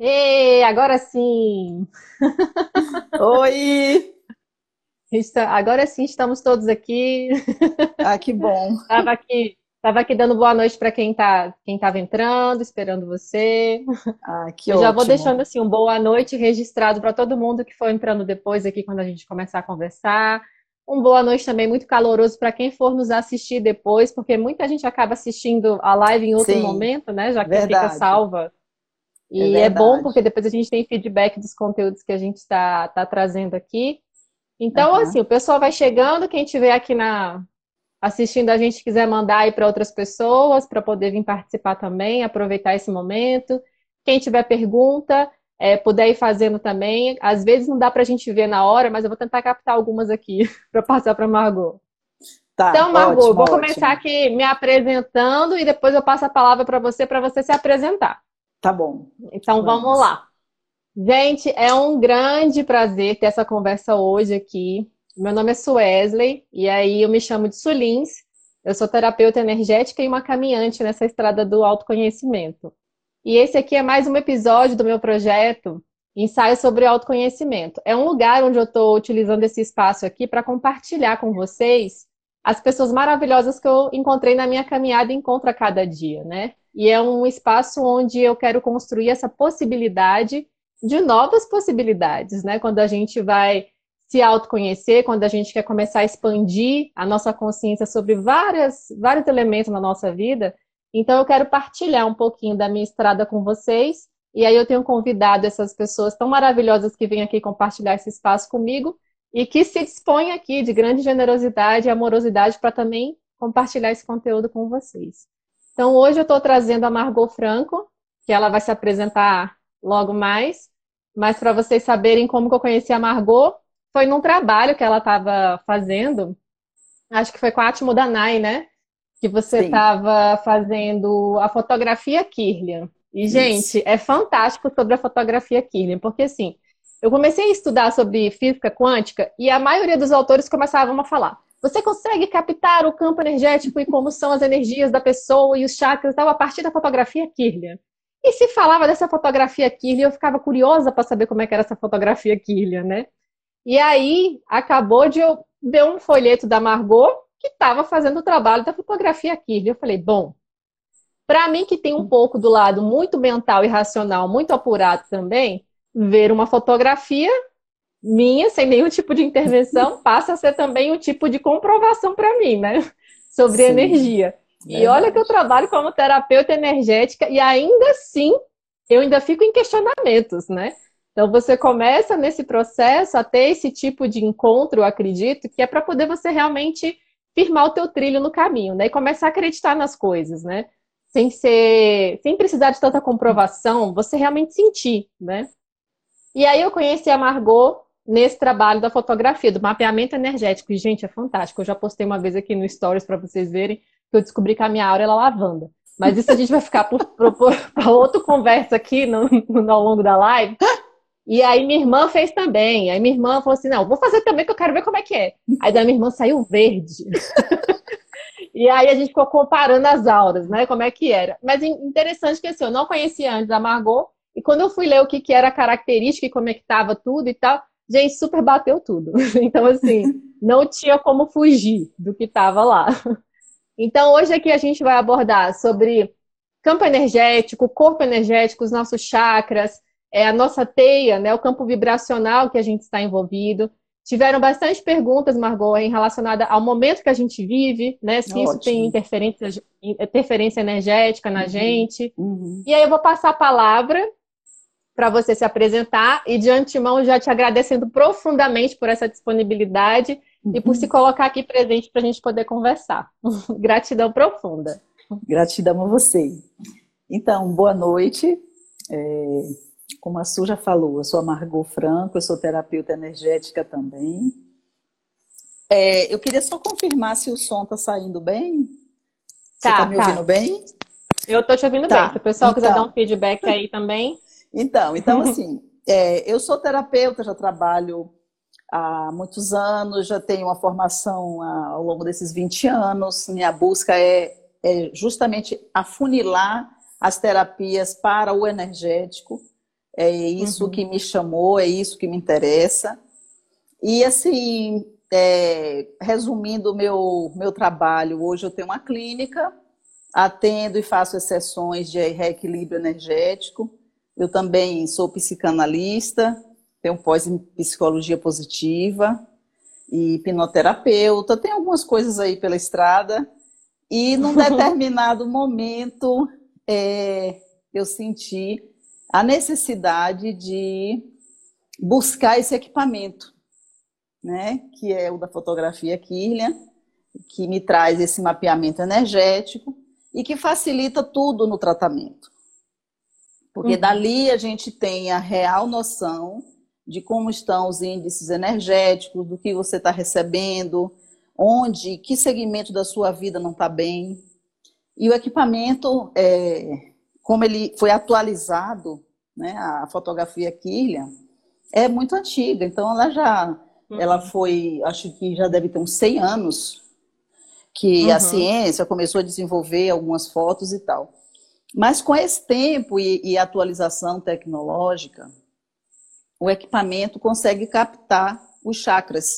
Ei, agora sim! Oi! Agora sim estamos todos aqui. Ah, que bom. Tava aqui dando boa noite para quem estava entrando, esperando você. Ah, que Eu já vou deixando ótimo. assim um boa noite registrado para todo mundo que for entrando depois aqui quando a gente começar a conversar. Um boa noite também muito caloroso para quem for nos assistir depois, porque muita gente acaba assistindo a live em outro Sim, momento, né? Já que fica verdade. salva. É E é bom porque verdade. depois a gente tem feedback dos conteúdos que a gente está trazendo aqui. Então, assim, Aham. o pessoal vai chegando, quem tiver aqui assistindo a gente quiser mandar aí para outras pessoas para poder vir participar também, aproveitar esse momento. Quem tiver pergunta, puder ir fazendo também. Às vezes não dá para a gente ver na hora, mas eu vou tentar captar algumas aqui para passar para Margot. Tá, Então, Margot, eu ótimo, vou começar ótimo. aqui me apresentando e depois eu passo a palavra para você se apresentar. Tá bom. Então, vamos Vamos. lá. Gente, é um grande prazer ter essa conversa hoje aqui. Meu nome é Suesley e aí eu me chamo de Sulins. Eu sou terapeuta energética e uma caminhante nessa estrada do autoconhecimento. E esse aqui é mais um episódio do meu projeto Ensaio sobre Autoconhecimento. É um lugar onde eu estou utilizando esse espaço aqui para compartilhar com vocês as pessoas maravilhosas que eu encontrei na minha caminhada e encontro a cada dia, né? E é um espaço onde eu quero construir essa possibilidade de novas possibilidades, né? Quando a gente vai se autoconhecer, quando a gente quer começar a expandir a nossa consciência sobre vários elementos na nossa vida. Então, eu quero partilhar um pouquinho da minha estrada com vocês. E aí, eu tenho convidado essas pessoas tão maravilhosas que vêm aqui compartilhar esse espaço comigo e que se dispõem aqui de grande generosidade e amorosidade para também compartilhar esse conteúdo com vocês. Então, hoje eu estou trazendo a Margot Franco, que ela vai se apresentar logo mais. Mas para vocês saberem como que eu conheci a Margot, foi num trabalho que ela estava fazendo, acho que foi com a Atmo Danai, né? Que você Sim, estava fazendo a fotografia Kirlian. E, isso. gente, é fantástico sobre a fotografia Kirlian, porque assim, eu comecei a estudar sobre física quântica e a maioria dos autores começavam a falar: você consegue captar o campo energético e como são as energias da pessoa e os chakras e tal, a partir da fotografia Kirlian. E se falava dessa fotografia Kirlian, eu ficava curiosa para saber como é que era essa fotografia Kirlian, né? E aí acabou de eu ver um folheto da Margot que estava fazendo o trabalho da fotografia Kirlian. Eu falei, bom, para mim que tem um pouco do lado muito mental e racional, muito apurado também, ver uma fotografia minha sem nenhum tipo de intervenção passa a ser também um tipo de comprovação para mim, né? Sobre Sim, energia. E olha que eu verdade. trabalho como terapeuta energética e ainda assim eu ainda fico em questionamentos, né? Então você começa nesse processo a ter esse tipo de encontro, eu acredito, que é para poder você realmente firmar o teu trilho no caminho, né? E começar a acreditar nas coisas, né? Sem precisar de tanta comprovação, você realmente sentir, né? E aí eu conheci a Margot nesse trabalho da fotografia, do mapeamento energético. E, gente, é fantástico. Eu já postei uma vez aqui no Stories para vocês verem que eu descobri que a minha aura é lavanda. Mas isso a gente vai ficar para outra conversa aqui ao longo da live. E aí minha irmã fez também. Aí minha irmã falou assim: não, vou fazer também que eu quero ver como é que é. Aí da minha irmã saiu verde. E aí a gente ficou comparando as auras, né? Como é que era. Mas interessante que assim, eu não conhecia antes a Margot, e quando eu fui ler o que, que era a característica e como é que estava tudo e tal, gente, super bateu tudo. Então, assim, não tinha como fugir do que estava lá. Então, hoje aqui a gente vai abordar sobre campo energético, corpo energético, os nossos chakras, a nossa teia, né, o campo vibracional que a gente está envolvido. Tiveram bastante perguntas, Margot, em relacionada ao momento que a gente vive, né, se isso tem Ótimo. interferência energética na Uhum, gente. uhum, E aí eu vou passar a palavra para você se apresentar e de antemão já te agradecendo profundamente por essa disponibilidade e por se uhum. colocar aqui presente para a gente poder conversar. Gratidão profunda. Gratidão a você. Então, boa noite. Como a Su já falou, eu sou a Margot Franco, eu sou terapeuta energética também. Eu queria só confirmar se o som está saindo bem. Você está Tá, me ouvindo tá. bem? Eu tô te ouvindo bem. Se o Tá, pessoal quiser dar um então. feedback aí também. Então assim, eu sou terapeuta, já trabalho há muitos anos, já tenho uma formação ao longo desses 20 anos. Minha busca é justamente afunilar as terapias para o energético. é isso que me chamou, é isso que me interessa. E assim, resumindo o meu trabalho, hoje eu tenho uma clínica, atendo e faço as sessões de reequilíbrio energético. Eu também sou psicanalista, tenho pós em psicologia positiva e hipnoterapeuta, tem algumas coisas aí pela estrada. E num determinado momento, eu senti a necessidade de buscar esse equipamento, né? Que é o da fotografia Kirlian, que me traz esse mapeamento energético e que facilita tudo no tratamento. Porque dali a gente tem a real noção de como estão os índices energéticos, do que você está recebendo, onde, que segmento da sua vida não está bem. E o equipamento, como ele foi atualizado, né, a fotografia Kirlian, é muito antiga. Então ela foi, acho que já deve ter uns 100 anos que a ciência começou a desenvolver algumas fotos e tal. Mas com esse tempo e atualização tecnológica, o equipamento consegue captar os chakras.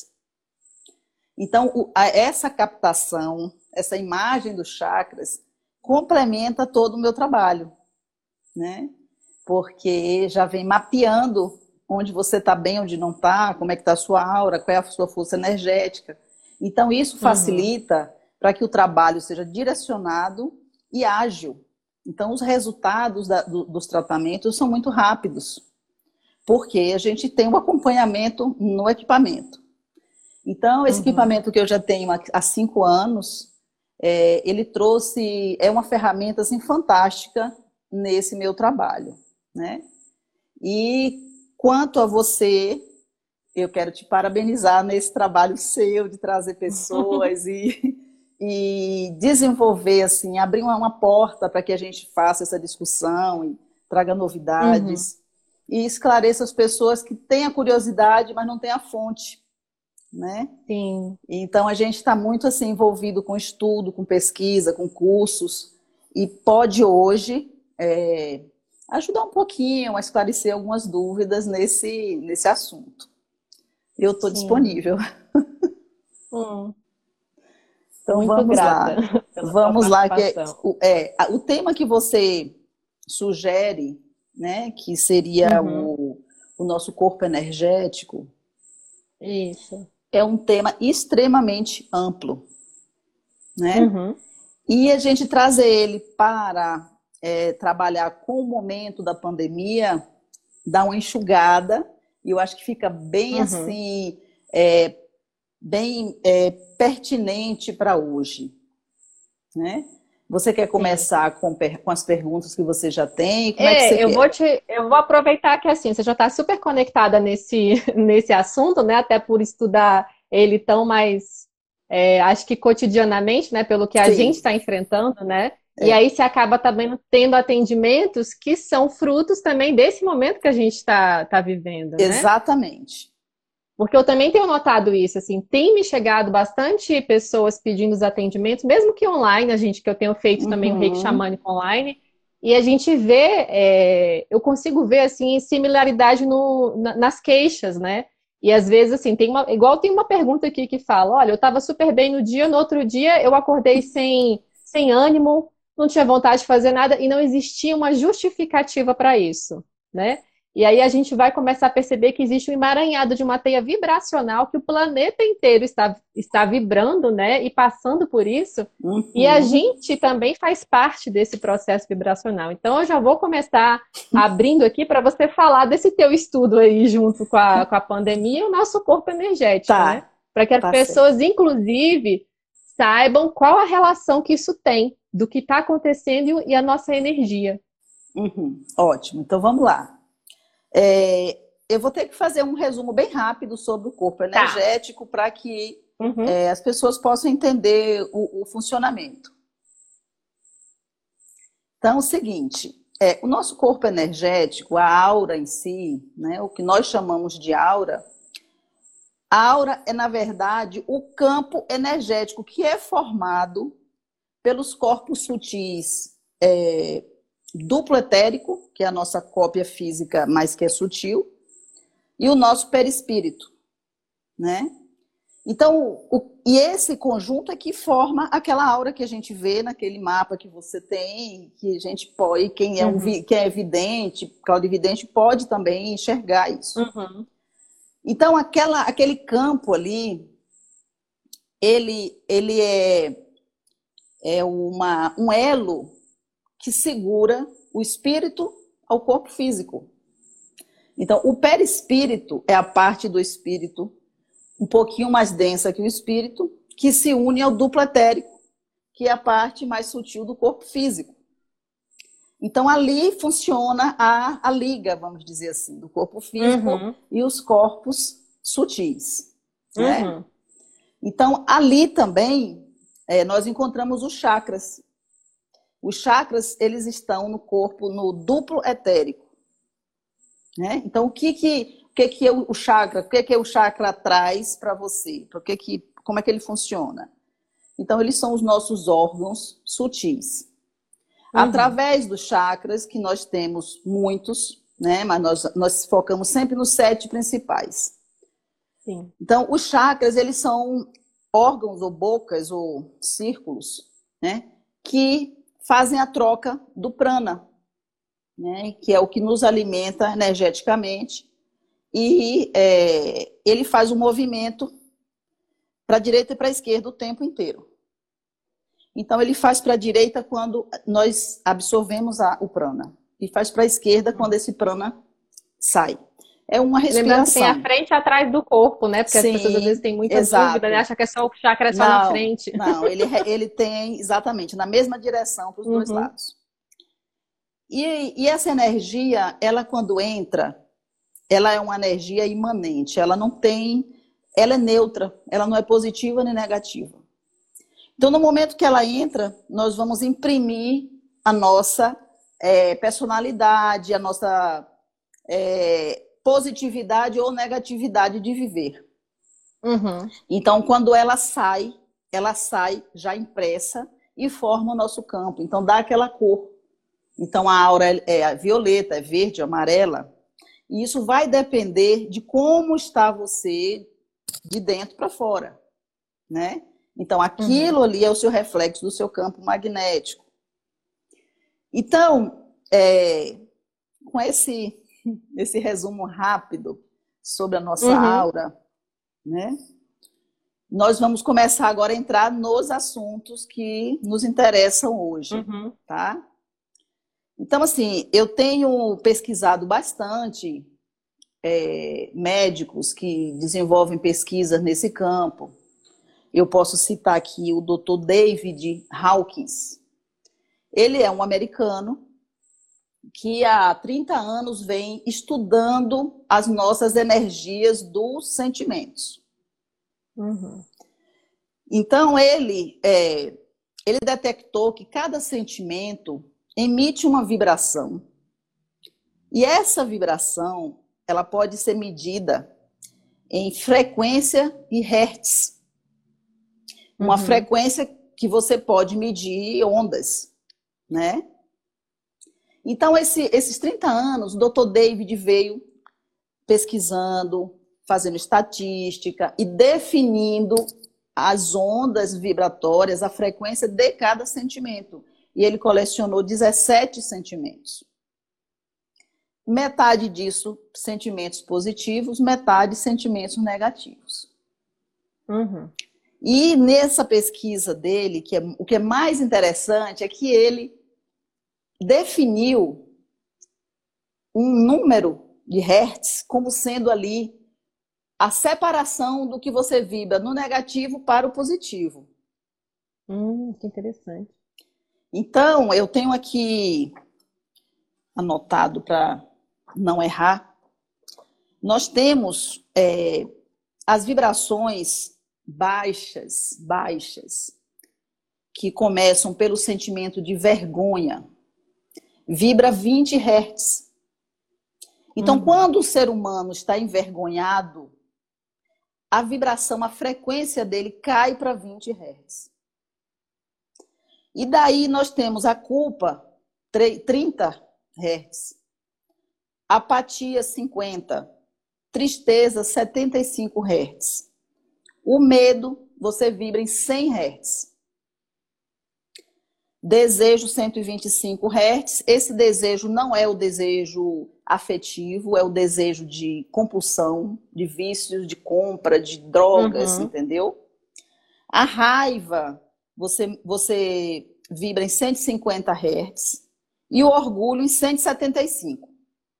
Então, essa captação, essa imagem dos chakras, complementa todo o meu trabalho, né? Porque já vem mapeando onde você está bem, onde não está, como é que está a sua aura, qual é a sua força energética. Então, isso facilita para que o trabalho seja direcionado e ágil. Então, os resultados dos tratamentos são muito rápidos, porque a gente tem um acompanhamento no equipamento. Então, esse equipamento que eu já tenho há 5 anos, ele trouxe, uma ferramenta assim, fantástica nesse meu trabalho, né? E quanto a você, eu quero te parabenizar nesse trabalho seu de trazer pessoas e desenvolver, assim, abrir uma porta para que a gente faça essa discussão e traga novidades e esclareça as pessoas que têm a curiosidade, mas não têm a fonte, né? Sim. Então a gente está muito assim envolvido com estudo, com pesquisa, com cursos e pode hoje ajudar um pouquinho a esclarecer algumas dúvidas nesse assunto. Eu estou disponível. Então Muito vamos grata lá. pela sua Vamos lá, participação. o tema que você sugere, né, que seria o nosso corpo energético, Isso. é um tema extremamente amplo, né? E a gente trazer ele para trabalhar com o momento da pandemia, dá uma enxugada, e eu acho que fica bem assim, bem pertinente para hoje, né? Você quer começar com as perguntas que você já tem? Como é que você quer? Eu vou aproveitar que assim, você já está super conectada nesse assunto, né? Até por estudar ele tão mais, acho que cotidianamente, né? Pelo que a Sim. gente está enfrentando, né? E aí você acaba também tendo atendimentos que são frutos também desse momento que a gente está vivendo, né? Exatamente. Porque eu também tenho notado isso, assim, tem me chegado bastante pessoas pedindo os atendimentos, mesmo que online, que eu tenho feito também o Reiki Xamânico online, e a gente vê, eu consigo ver, assim, similaridade nas queixas, né? E às vezes, assim, igual tem uma pergunta aqui que fala, olha, eu estava super bem no dia, no outro dia eu acordei sem ânimo, não tinha vontade de fazer nada, e não existia uma justificativa para isso, né? E aí a gente vai começar a perceber que existe um emaranhado de uma teia vibracional que o planeta inteiro está vibrando, né? E passando por isso. E a gente também faz parte desse processo vibracional. Então eu já vou começar abrindo aqui para você falar desse teu estudo aí junto com a pandemia e o nosso corpo energético, né? Para que as pessoas, inclusive, saibam qual a relação que isso tem do que está acontecendo e a nossa energia. Ótimo. Então vamos lá. Eu vou ter que fazer um resumo bem rápido sobre o corpo energético para que as pessoas possam entender o funcionamento. Então, é o seguinte, o nosso corpo energético, a aura em si, né, o que nós chamamos de aura, a aura é, na verdade, o campo energético que é formado pelos corpos sutis duplo etérico, que é a nossa cópia física, mas que é sutil, e o nosso perispírito, né? Então, e esse conjunto é que forma aquela aura que a gente vê naquele mapa que você tem, que a gente pode, quem é vidente, clarividente, pode também enxergar isso. Uhum. Então, aquele campo ali, ele é um elo que segura o espírito ao corpo físico. Então, o perispírito é a parte do espírito um pouquinho mais densa que o espírito, que se une ao duplo etérico, que é a parte mais sutil do corpo físico. Então, ali funciona a liga, vamos dizer assim, do corpo físico e os corpos sutis. Né? Então, ali também, nós encontramos os chakras. Os chakras, eles estão no corpo, no duplo etérico. Né? Então, o que é o chakra? O que é o chakra traz para você? Como é que ele funciona? Então, eles são os nossos órgãos sutis. Através dos chakras, que nós temos muitos, né? Mas nós focamos sempre nos 7 principais. Sim. Então, os chakras, eles são órgãos ou bocas ou círculos, né? Que fazem a troca do prana, né? Que é o que nos alimenta energeticamente. E ele faz um movimento para a direita e para a esquerda o tempo inteiro. Então, ele faz para a direita quando nós absorvemos o prana. E faz para a esquerda quando esse prana sai. É uma respiração. Lembrando que tem a frente e atrás do corpo, né? Porque Sim, as pessoas às vezes têm muita dúvida, né? Acham que é só o chakra só na frente. Não, ele tem exatamente na mesma direção para os dois lados. E essa energia, ela quando entra, ela é uma energia imanente. Ela é neutra, ela não é positiva nem negativa. Então, no momento que ela entra, nós vamos imprimir a nossa personalidade, a nossa positividade ou negatividade de viver. Então, quando ela sai já impressa e forma o nosso campo. Então, dá aquela cor. Então, a aura é violeta, é verde, amarela. E isso vai depender de como está você de dentro para fora, né? Então, aquilo ali é o seu reflexo do seu campo magnético. Então, com esse resumo rápido sobre a nossa aura, né? Nós vamos começar agora a entrar nos assuntos que nos interessam hoje, tá? Então, assim, eu tenho pesquisado bastante médicos que desenvolvem pesquisas nesse campo. Eu posso citar aqui o Dr. David Hawkins. Ele é um americano que há 30 anos vem estudando as nossas energias dos sentimentos. Então, ele detectou que cada sentimento emite uma vibração. E essa vibração, ela pode ser medida em frequência e hertz. Uma frequência que você pode medir ondas, né? Então, esses 30 anos, o Dr. David veio pesquisando, fazendo estatística e definindo as ondas vibratórias, a frequência de cada sentimento. E ele colecionou 17 sentimentos. Metade disso, sentimentos positivos, metade, sentimentos negativos. E nessa pesquisa dele, o que é mais interessante é que ele definiu um número de hertz como sendo ali a separação do que você vibra no negativo para o positivo. Que interessante. Então, eu tenho aqui anotado para não errar. Nós temos as vibrações baixas, que começam pelo sentimento de vergonha. Vibra 20 Hz. Então, quando o ser humano está envergonhado, a vibração, a frequência dele cai para 20 Hz. E daí nós temos a culpa, 30 Hz. Apatia, 50. Tristeza, 75 Hz. O medo, você vibra em 100 Hz. Desejo, 125 Hz. Esse desejo não é o desejo afetivo, é o desejo de compulsão, de vícios, de compra, de drogas, entendeu? A raiva, você vibra em 150 Hz. E o orgulho em 175.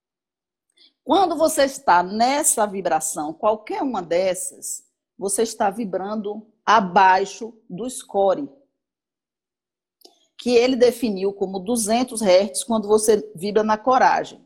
Quando você está nessa vibração, qualquer uma dessas, você está vibrando abaixo do score, que ele definiu como 200 Hz quando você vibra na coragem.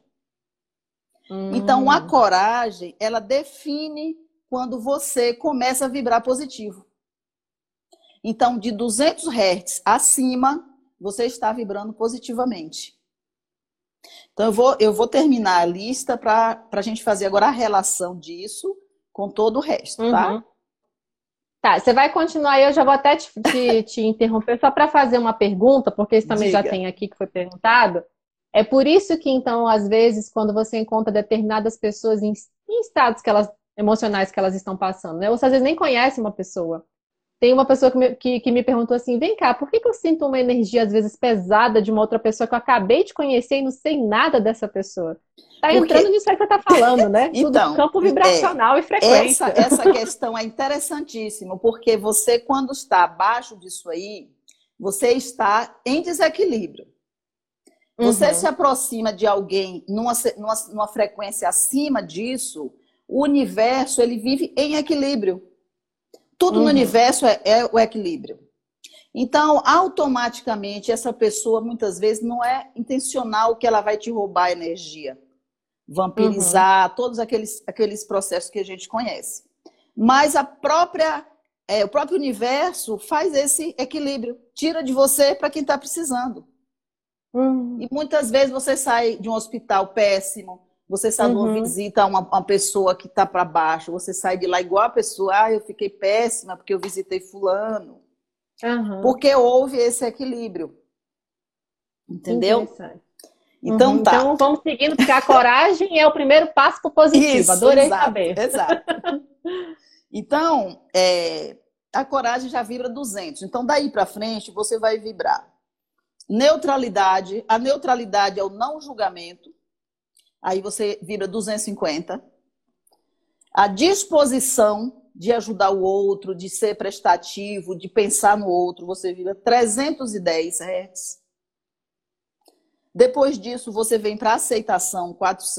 Então, a coragem, ela define quando você começa a vibrar positivo. Então, de 200 Hz acima, você está vibrando positivamente. Então, eu vou terminar a lista para a gente fazer agora a relação disso com todo o resto, tá? Tá, você vai continuar aí, eu já vou até te interromper só para fazer uma pergunta, porque isso também já tem aqui que foi perguntado. É por isso que, então, às vezes, quando você encontra determinadas pessoas em estados emocionais que elas estão passando, né? Ou você às vezes nem conhece uma pessoa. Tem uma pessoa que me perguntou assim, vem cá, por que eu sinto uma energia, às vezes, pesada de uma outra pessoa que eu acabei de conhecer e não sei nada dessa pessoa? Tá entrando nisso aí que você tá falando, né? Então, tudo campo vibracional e frequência. Essa questão é interessantíssima, porque você, quando está abaixo disso aí, você está em desequilíbrio. Você se aproxima de alguém numa frequência acima disso, o universo, ele vive em equilíbrio. Tudo no universo é o equilíbrio. Então, automaticamente, essa pessoa, muitas vezes, não é intencional que ela vai te roubar energia, vampirizar, todos aqueles processos que a gente conhece. Mas o próprio universo faz esse equilíbrio, tira de você para quem está precisando. E muitas vezes você sai de um hospital péssimo, você sai de uma visita a uma pessoa que está para baixo, você sai de lá igual a pessoa, eu fiquei péssima porque eu visitei fulano. Porque houve esse equilíbrio. Entendeu? Então, tá. Então vamos seguindo, porque a coragem é o primeiro passo para o positivo. Isso, adorei saber. Exato. Então, a coragem já vibra 200. Então, daí para frente, você vai vibrar. Neutralidade. A neutralidade é o não julgamento. Aí você vibra 250. A disposição de ajudar o outro, de ser prestativo, de pensar no outro, você vibra 310 Hz. Depois disso, você vem para a aceitação,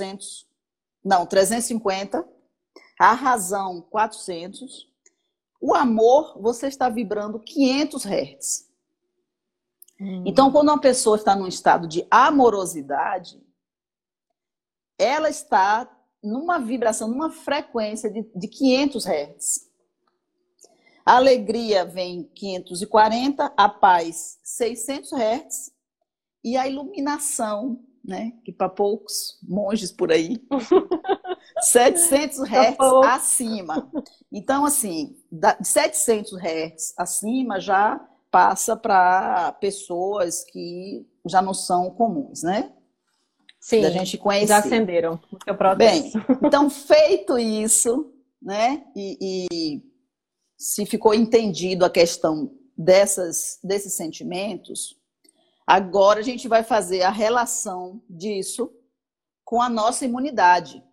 350. A razão, 400. O amor, você está vibrando 500 Hz. Então, quando uma pessoa está num estado de amorosidade, ela está numa vibração, numa frequência de 500 Hz. A alegria vem 540, a paz 600 Hz e a iluminação, né, que para poucos monges por aí, 700 Hz acima. Então, assim, de 700 Hz acima já passa para pessoas que já não são comuns, né? Sim, da gente conhecer. Já acenderam o seu processo. Bem, então, feito isso, né? E se ficou entendido a questão desses sentimentos, agora a gente vai fazer a relação disso com a nossa imunidade.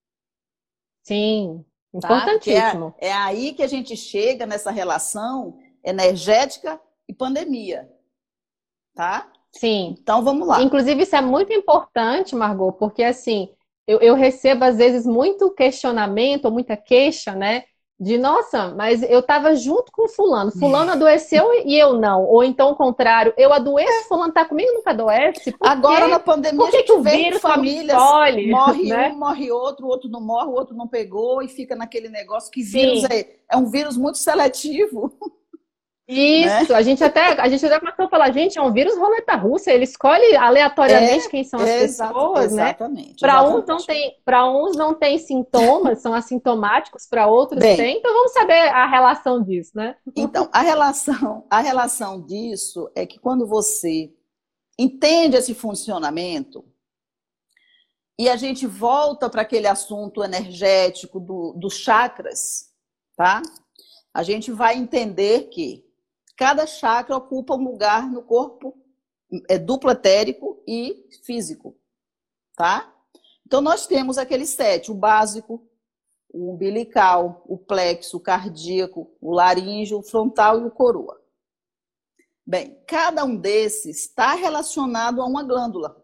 Sim, importantíssimo. Tá? É aí que a gente chega nessa relação energética e pandemia, tá? Sim. Então, vamos lá. Inclusive, isso é muito importante, Margot, porque, assim, eu recebo, às vezes, muito questionamento ou muita queixa, né? De, nossa, mas eu estava junto com fulano. Fulano adoeceu e eu não. Ou então, o contrário, eu adoeço, fulano está comigo e nunca adoece. Agora, na pandemia, a gente vê famílias, morre né? um, morre outro, o outro não morre, o outro não pegou, e fica naquele negócio que vírus é um vírus muito seletivo. Isso, né? a gente até começou a falar, gente, é um vírus roleta russa, ele escolhe aleatoriamente quem são as pessoas, exatamente, né? Para uns não tem sintomas, são assintomáticos, para outros tem, então vamos saber a relação disso, né? Então, a relação disso é que quando você entende esse funcionamento e a gente volta para aquele assunto energético dos chakras, tá? A gente vai entender que cada chakra ocupa um lugar no corpo, duplo etérico e físico, tá? Então, nós temos aqueles 7, o básico, o umbilical, o plexo, o cardíaco, o laríngeo, o frontal e o coroa. Bem, cada um desses está relacionado a uma glândula,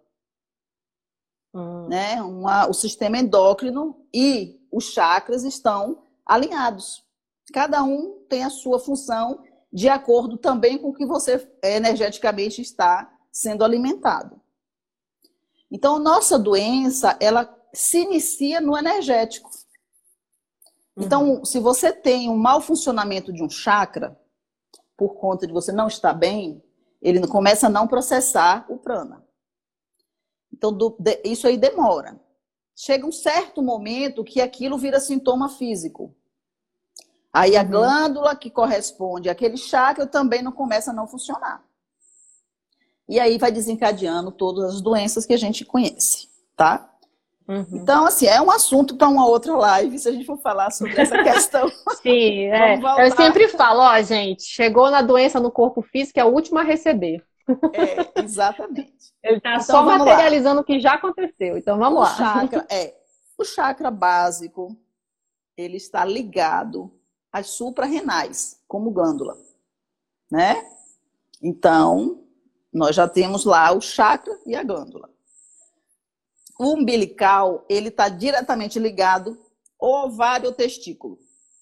né? O sistema endócrino e os chakras estão alinhados. Cada um tem a sua função de acordo também com o que você energeticamente está sendo alimentado. Então, nossa doença, ela se inicia no energético. Então, se você tem um mau funcionamento de um chakra, por conta de você não estar bem, ele começa a não processar o prana. Então, isso aí demora. Chega um certo momento que aquilo vira sintoma físico. Aí a glândula que corresponde àquele chakra também não começa a não funcionar. E aí vai desencadeando todas as doenças que a gente conhece, tá? Então, assim, é um assunto para uma outra live, se a gente for falar sobre essa questão. Sim, eu sempre falo, ó, gente, chegou na doença no corpo físico, é o último a receber. Exatamente. Ele está então, só materializando o que já aconteceu, então vamos lá. O chakra básico, ele está ligado às suprarrenais, como glândula, né? Então, nós já temos lá o chakra e a glândula. O umbilical, ele está diretamente ligado ao ovário ou testículo.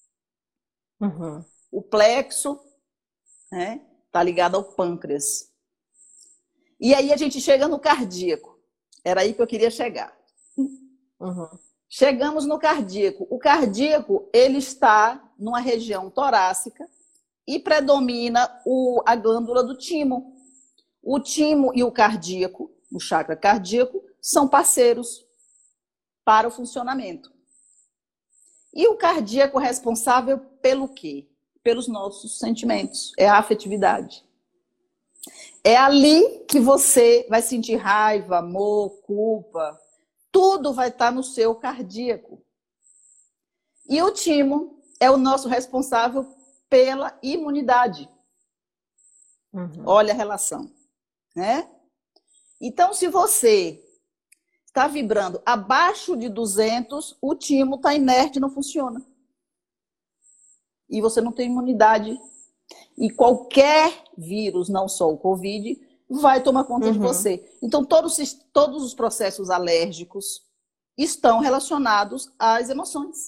O plexo, né, está ligado ao pâncreas. E aí a gente chega no cardíaco. Era aí que eu queria chegar. Chegamos no cardíaco. O cardíaco, ele está numa região torácica e predomina a glândula do timo. O timo e o cardíaco, o chakra cardíaco, são parceiros para o funcionamento. E o cardíaco responsável pelo quê? Pelos nossos sentimentos. É a afetividade. É ali que você vai sentir raiva, amor, culpa. Tudo vai estar no seu cardíaco. E o timo é o nosso responsável pela imunidade. Olha a relação, né? Então, se você está vibrando abaixo de 200, o timo está inerte, não funciona. E você não tem imunidade. E qualquer vírus, não só o Covid, vai tomar conta de você. Então, todos os processos alérgicos estão relacionados às emoções.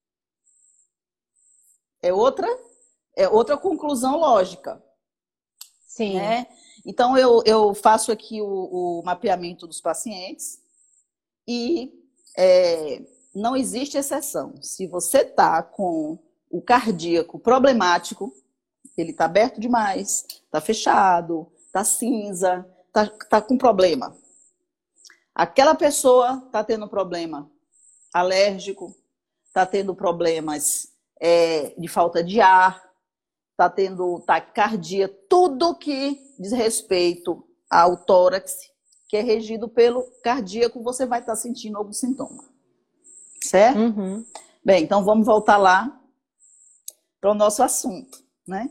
É outra conclusão lógica. Sim. Né? Então, eu faço aqui o mapeamento dos pacientes e não existe exceção. Se você está com o cardíaco problemático, ele está aberto demais, está fechado, está cinza, está com problema. Aquela pessoa está tendo problema alérgico, está tendo problemas de falta de ar, está tendo taquicardia, tudo que diz respeito ao tórax, que é regido pelo cardíaco, você vai estar sentindo algum sintoma. Certo? Bem, então vamos voltar lá para o nosso assunto, né?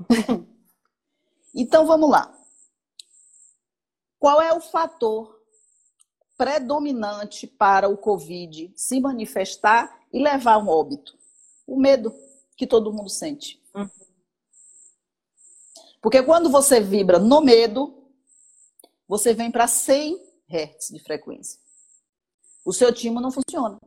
Então vamos lá. Qual é o fator predominante para o Covid se manifestar e levar a um óbito? O medo que todo mundo sente. Porque quando você vibra no medo, você vem para 100 Hz de frequência. O seu timo não funciona.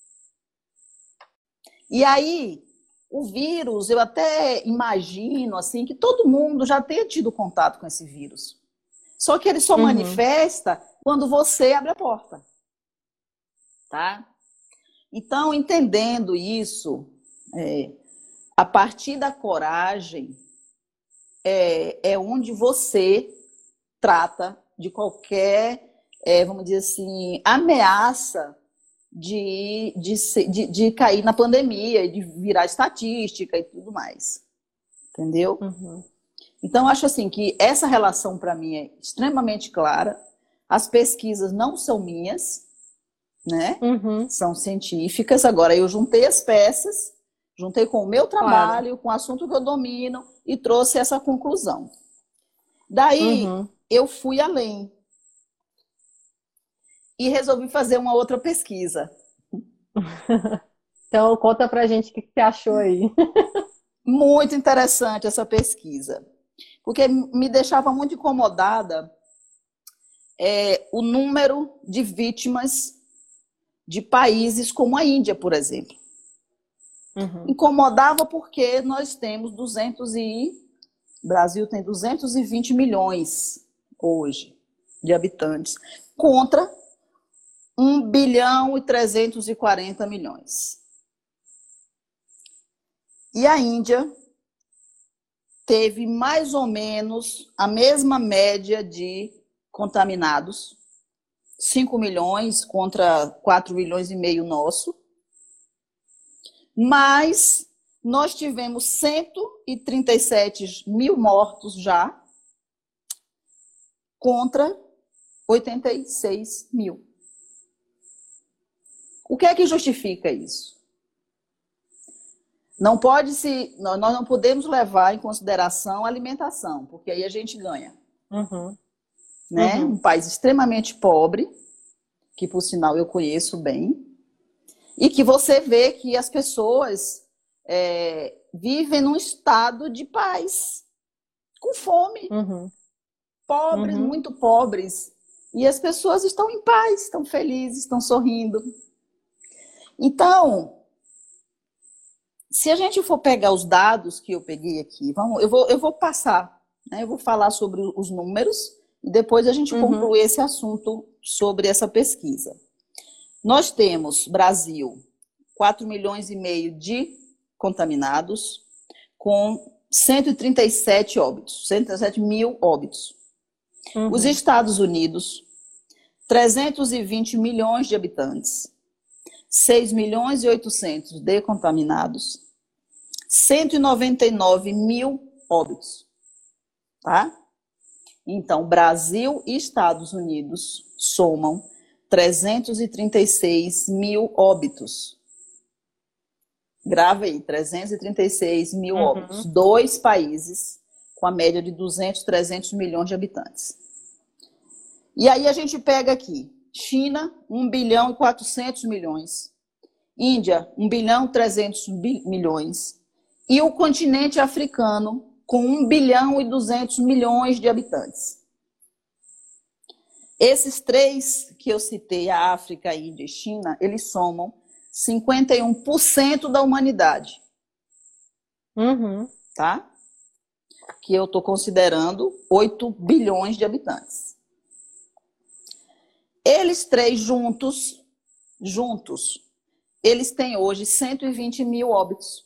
E aí, o vírus, eu até imagino assim que todo mundo já tenha tido contato com esse vírus. Só que ele só manifesta quando você abre a porta. Tá? Então, entendendo isso, a partir da coragem, é onde você trata de qualquer, vamos dizer assim, ameaça de cair na pandemia, de virar estatística e tudo mais. Entendeu? Então, acho assim que essa relação para mim é extremamente clara. As pesquisas não são minhas, né? Uhum, São científicas. Agora, eu juntei as peças, juntei com o meu claro. trabalho, com o assunto que eu domino e trouxe essa conclusão. Daí, Uhum. eu fui além e resolvi fazer uma outra pesquisa. Então, conta pra gente o que você achou aí. Muito interessante essa pesquisa, porque me deixava muito incomodada o número de vítimas de países como a Índia, por exemplo. Uhum, Incomodava porque nós temos Brasil tem 220 milhões hoje de habitantes, contra 1,340 bilhão. E a Índia teve mais ou menos a mesma média de contaminados, 5 milhões contra 4,5 milhões nosso, mas nós tivemos 137 mil mortos já contra 86 mil. O que é que justifica isso? Nós não podemos levar em consideração a alimentação, porque aí a gente ganha. uhum, Né? Um uhum, país extremamente pobre, que por sinal eu conheço bem, e que você vê que as pessoas vivem num estado de paz, com fome, uhum, pobres, uhum. muito pobres, e as pessoas estão em paz, estão felizes, estão sorrindo. Então, se a gente for pegar os dados que eu peguei aqui, eu vou passar, né? Eu vou falar sobre os números e depois a gente Uhum, conclui esse assunto sobre essa pesquisa. Nós temos Brasil, 4,5 milhões de contaminados, com 137 óbitos, 137 mil óbitos. Os uhum. Estados Unidos, 320 milhões de habitantes, 6 milhões e 800 de contaminados, 199 mil óbitos, tá? Então, Brasil e Estados Unidos somam 336 mil óbitos. Grava aí, 336 mil óbitos. Uhum. Dois países com a média de 200, 300 milhões de habitantes. E aí a gente pega aqui, China, 1,4 bilhão. Índia, 1,3 bilhão. E o continente africano, com 1,2 bilhão de habitantes. Esses três que eu citei, a África, a Índia e China, eles somam 51% da humanidade, Uhum. tá? Que eu estou considerando 8 bilhões de habitantes. Eles três juntos, eles têm hoje 120 mil óbitos.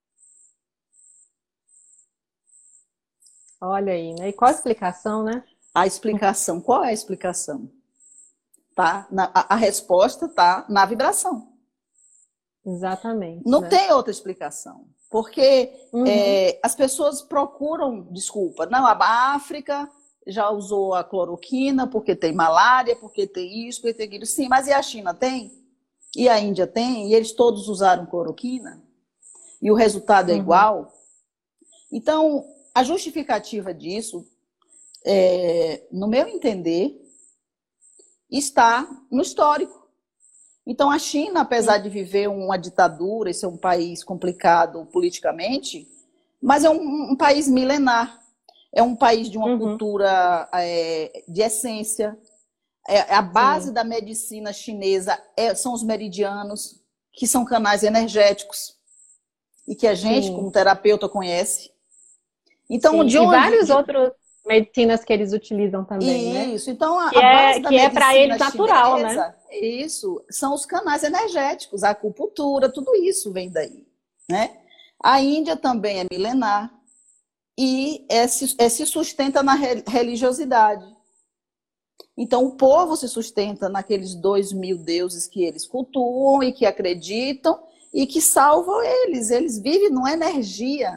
Olha aí, né? E qual a explicação, né? A explicação, qual é a explicação? Tá? A resposta está na vibração. Exatamente, Não né? tem outra explicação. Porque Uhum, as pessoas procuram desculpa. Não, a África já usou a cloroquina porque tem malária, porque tem isso, porque tem aquilo. Sim, mas e a China tem? E a Índia tem? E eles todos usaram cloroquina? E o resultado é uhum. igual? Então, a justificativa disso, no meu entender, está no histórico. Então, a China, apesar de viver uma ditadura e ser um país complicado politicamente, mas é um país milenar. É um país de uma Uhum. cultura de essência. A base Sim, da medicina chinesa são os meridianos, que são canais energéticos, e que a gente, como sim. terapeuta, conhece. Então, Sim. de E onde... vários outros medicinas que eles utilizam também, né? Isso. Então, Que a base é, da que é para medicina eles natural, né? chinesa, isso, são os canais energéticos, a acupuntura, tudo isso vem daí, né? A Índia também é milenar e se sustenta na religiosidade. Então, o povo se sustenta naqueles 2.000 deuses que eles cultuam e que acreditam e que salvam eles. Eles vivem numa energia.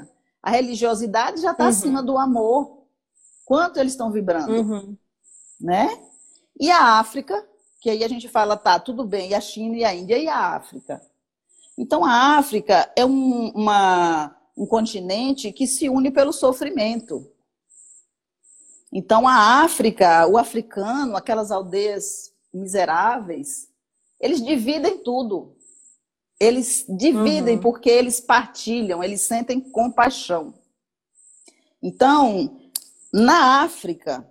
A religiosidade já está acima do amor. Quanto eles estão vibrando, né? E a África, que aí a gente fala, tá, tudo bem, e a China, e a Índia, e a África? Então, a África é um continente que se une pelo sofrimento. Então, a África, o africano, aquelas aldeias miseráveis, eles dividem tudo. Eles dividem porque eles partilham, eles sentem compaixão. Então, na África,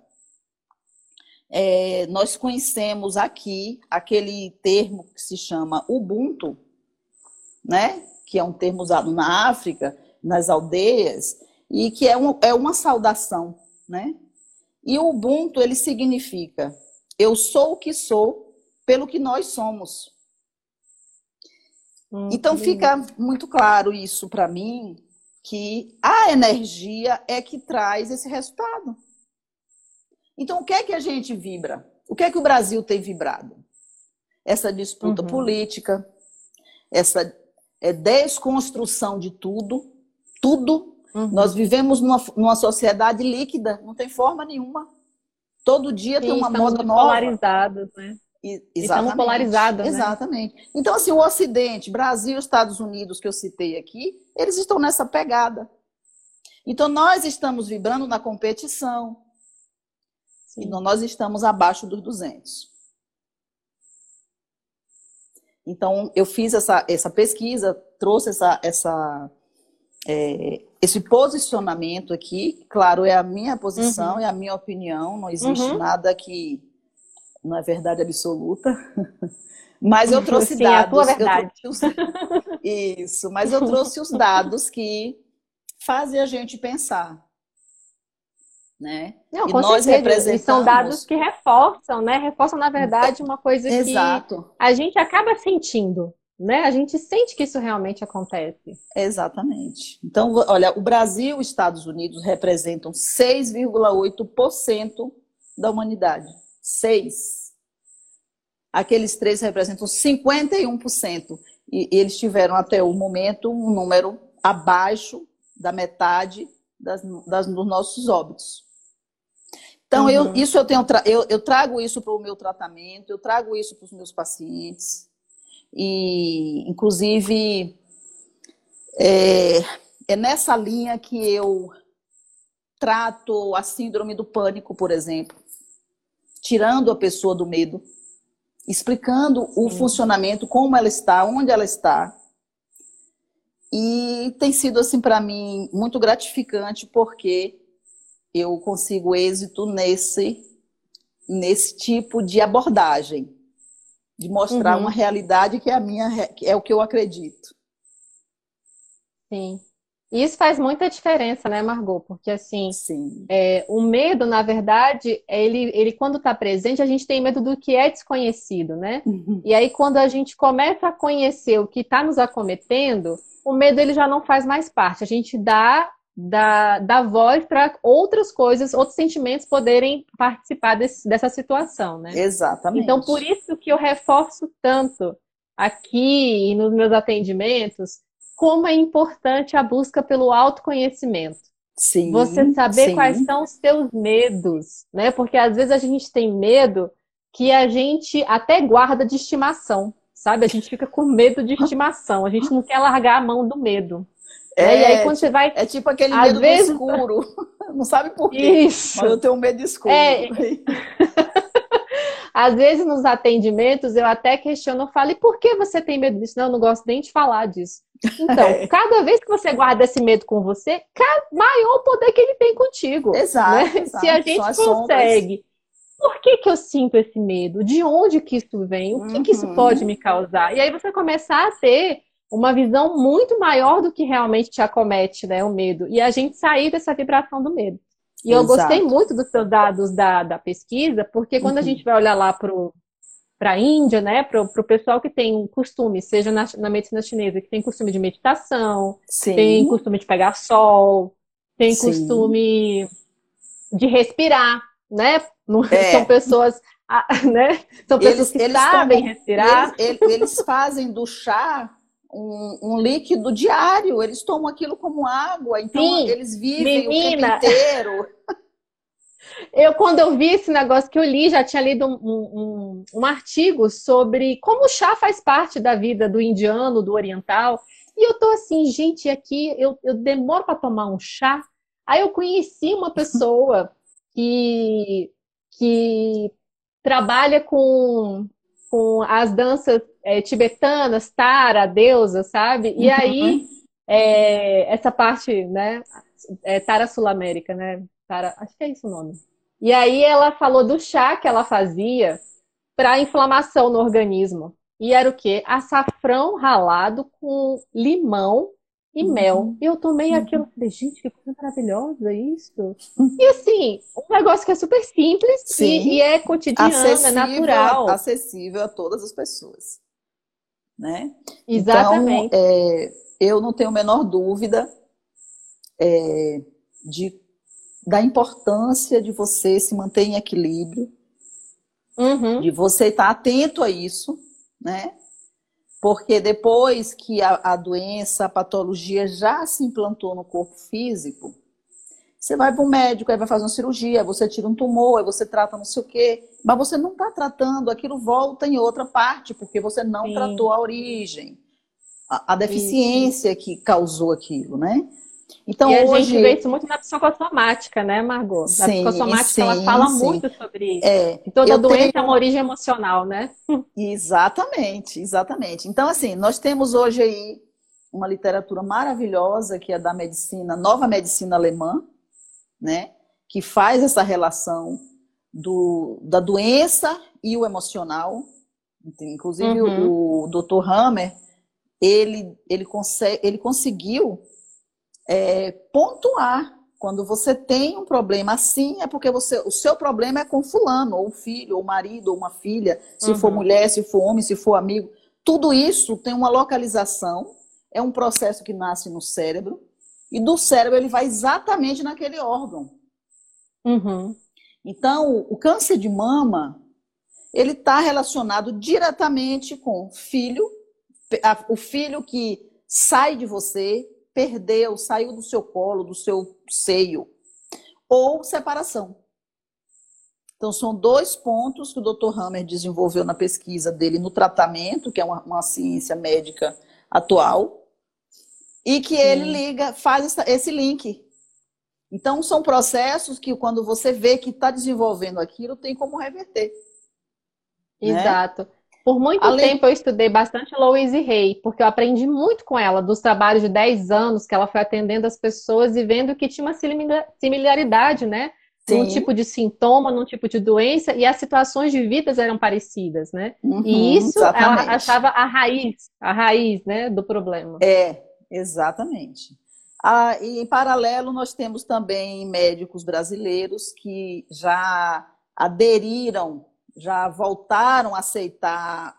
nós conhecemos aqui aquele termo que se chama Ubuntu, né? Que é um termo usado na África, nas aldeias, e que é uma saudação, né? E o Ubuntu, ele significa: eu sou o que sou pelo que nós somos. Então fica muito claro isso para mim, que a energia é que traz esse resultado. Então, o que é que a gente vibra? O que é que o Brasil tem vibrado? Essa disputa política, essa desconstrução de tudo. Nós vivemos numa sociedade líquida, não tem forma nenhuma. Todo dia tem uma moda nova. Polarizados, né? Estamos polarizados, né? Exatamente. Então, assim, o Ocidente, Brasil, Estados Unidos, que eu citei aqui, eles estão nessa pegada. Então, nós estamos vibrando na competição. E nós estamos abaixo dos 200. Então, eu fiz essa pesquisa, trouxe esse posicionamento aqui. Claro, é a minha posição, é a minha opinião. Não existe nada que não é verdade absoluta. Mas eu trouxe dados. É a tua verdade. Isso, mas eu trouxe os dados que fazem a gente pensar. Né? Não, com certeza. E são dados que reforçam, né? Reforçam, na verdade, uma coisa que a gente acaba sentindo, né? A gente sente que isso realmente acontece. Exatamente. Então, olha, o Brasil e os Estados Unidos representam 6,8% da humanidade. 6. Aqueles três representam 51%. E eles tiveram até o momento um número abaixo da metade dos nossos óbitos. Então, eu trago isso para o meu tratamento, eu trago isso para os meus pacientes. E, inclusive, é nessa linha que eu trato a síndrome do pânico, por exemplo. Tirando a pessoa do medo, explicando o funcionamento, como ela está, onde ela está. E tem sido, assim, para mim, muito gratificante, porque eu consigo êxito nesse tipo de abordagem, de mostrar uma realidade que é que é o que eu acredito. Sim. E isso faz muita diferença, né, Margot? Porque, assim, o medo, na verdade, ele quando está presente, a gente tem medo do que é desconhecido, né? E aí, quando a gente começa a conhecer o que está nos acometendo, o medo ele já não faz mais parte. A gente dá voz para outras coisas, outros sentimentos poderem participar dessa situação, né? Exatamente. Então, por isso que eu reforço tanto aqui e nos meus atendimentos como é importante a busca pelo autoconhecimento. Sim, você saber quais são os seus medos, né? Porque às vezes a gente tem medo que a gente até guarda de estimação, sabe? A gente fica com medo de estimação, a gente não quer largar a mão do medo. E aí quando você vai... É tipo aquele medo do escuro. Não sabe por quê, mas eu tenho medo escuro. Às vezes nos atendimentos eu até questiono, eu falo, e por que você tem medo disso? Não, eu não gosto nem de falar disso. Então, cada vez que você guarda esse medo com você, maior o poder que ele tem contigo. Exato, né? Se a gente consegue, por que eu sinto esse medo? De onde que isso vem? O que isso pode me causar? E aí você começar a ter uma visão muito maior do que realmente te acomete, né, o medo. E a gente sair dessa vibração do medo. E eu gostei muito dos seus dados da pesquisa, porque quando a gente vai olhar lá para a Índia, né, para o pessoal que tem costume, seja na medicina chinesa, que tem costume de meditação, tem costume de pegar sol, tem costume de respirar, né? São pessoas, né? São pessoas que sabem respirar. Eles fazem do chá um líquido diário, eles tomam aquilo como água, então Sim, eles vivem o tempo menina, inteiro. quando eu vi esse negócio que eu li, já tinha lido um artigo sobre como o chá faz parte da vida do indiano, do oriental, e eu tô assim, gente, aqui eu demoro para tomar um chá. Aí eu conheci uma pessoa que, que trabalha com as danças tibetanas, Tara, a deusa, sabe? E aí, Uhum. essa parte, né? Tara Sul-América, né? Tara, acho que é isso o nome. E aí ela falou do chá que ela fazia para inflamação no organismo. E era o quê? Açafrão ralado com limão e mel. Uhum. E eu tomei aquilo, falei, gente, que coisa maravilhosa isso. E assim, um negócio que é super simples e Sim, é cotidiano, é acessível, natural. acessível a todas as pessoas, né? Então, Exatamente. eu não tenho a menor dúvida de, da importância de você se manter em equilíbrio, Uhum, de você estar atento a isso, né? Porque depois que a doença, a patologia já se implantou no corpo físico, você vai para o médico, aí vai fazer uma cirurgia, aí você tira um tumor, aí você trata não sei o quê, mas você não está tratando, aquilo volta em outra parte, porque você não sim, tratou a origem, a isso. deficiência que causou aquilo, né? E Então a gente vê hoje, isso muito na psicossomática, né, Margot? Na sim, psicossomática ela sim, fala sim. muito sobre isso. E toda Eu doença é uma tenho. origem emocional, né? Exatamente, exatamente. Então, assim, nós temos hoje aí uma literatura maravilhosa que é da medicina, nova medicina alemã, né? Que faz essa relação da doença e o emocional. Inclusive, Uhum, o Dr. Hammer, ele conseguiu pontuar. Quando você tem um problema assim, é porque o seu problema é com fulano, ou filho, ou marido, ou uma filha, se for uhum, mulher, se for homem, se for amigo. Tudo isso tem uma localização, é um processo que nasce no cérebro, e do cérebro ele vai exatamente naquele órgão. uhum. Então, o câncer de mama, ele está relacionado diretamente com filho, o filho que sai de você, perdeu, saiu do seu colo, do seu seio, ou separação. Então, são dois pontos que o Dr. Hammer desenvolveu na pesquisa dele no tratamento, que é uma ciência médica atual, e que ele Sim, liga, faz esse link. Então, são processos que, quando você vê que está desenvolvendo aquilo, tem como reverter, né? exato. Por muito Além, tempo eu estudei bastante Louise Hay, porque eu aprendi muito com ela, dos trabalhos de 10 anos que ela foi atendendo as pessoas e vendo que tinha uma similaridade, né? Num sim, tipo de sintoma, num tipo de doença, e as situações de vidas eram parecidas, né? E uhum, isso ela exatamente. achava a raiz, né, do problema. Exatamente. E em paralelo, nós temos também médicos brasileiros que já aderiram, já voltaram a aceitar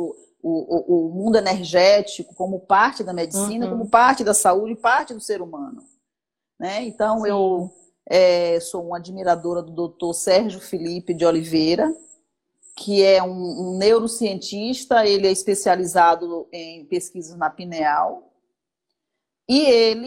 o mundo energético como parte da medicina, como Uhum, parte da saúde, parte do ser humano, né? Então, sim, sou uma admiradora do Dr. Sérgio Felipe de Oliveira, que é um neurocientista, ele é especializado em pesquisas na pineal, e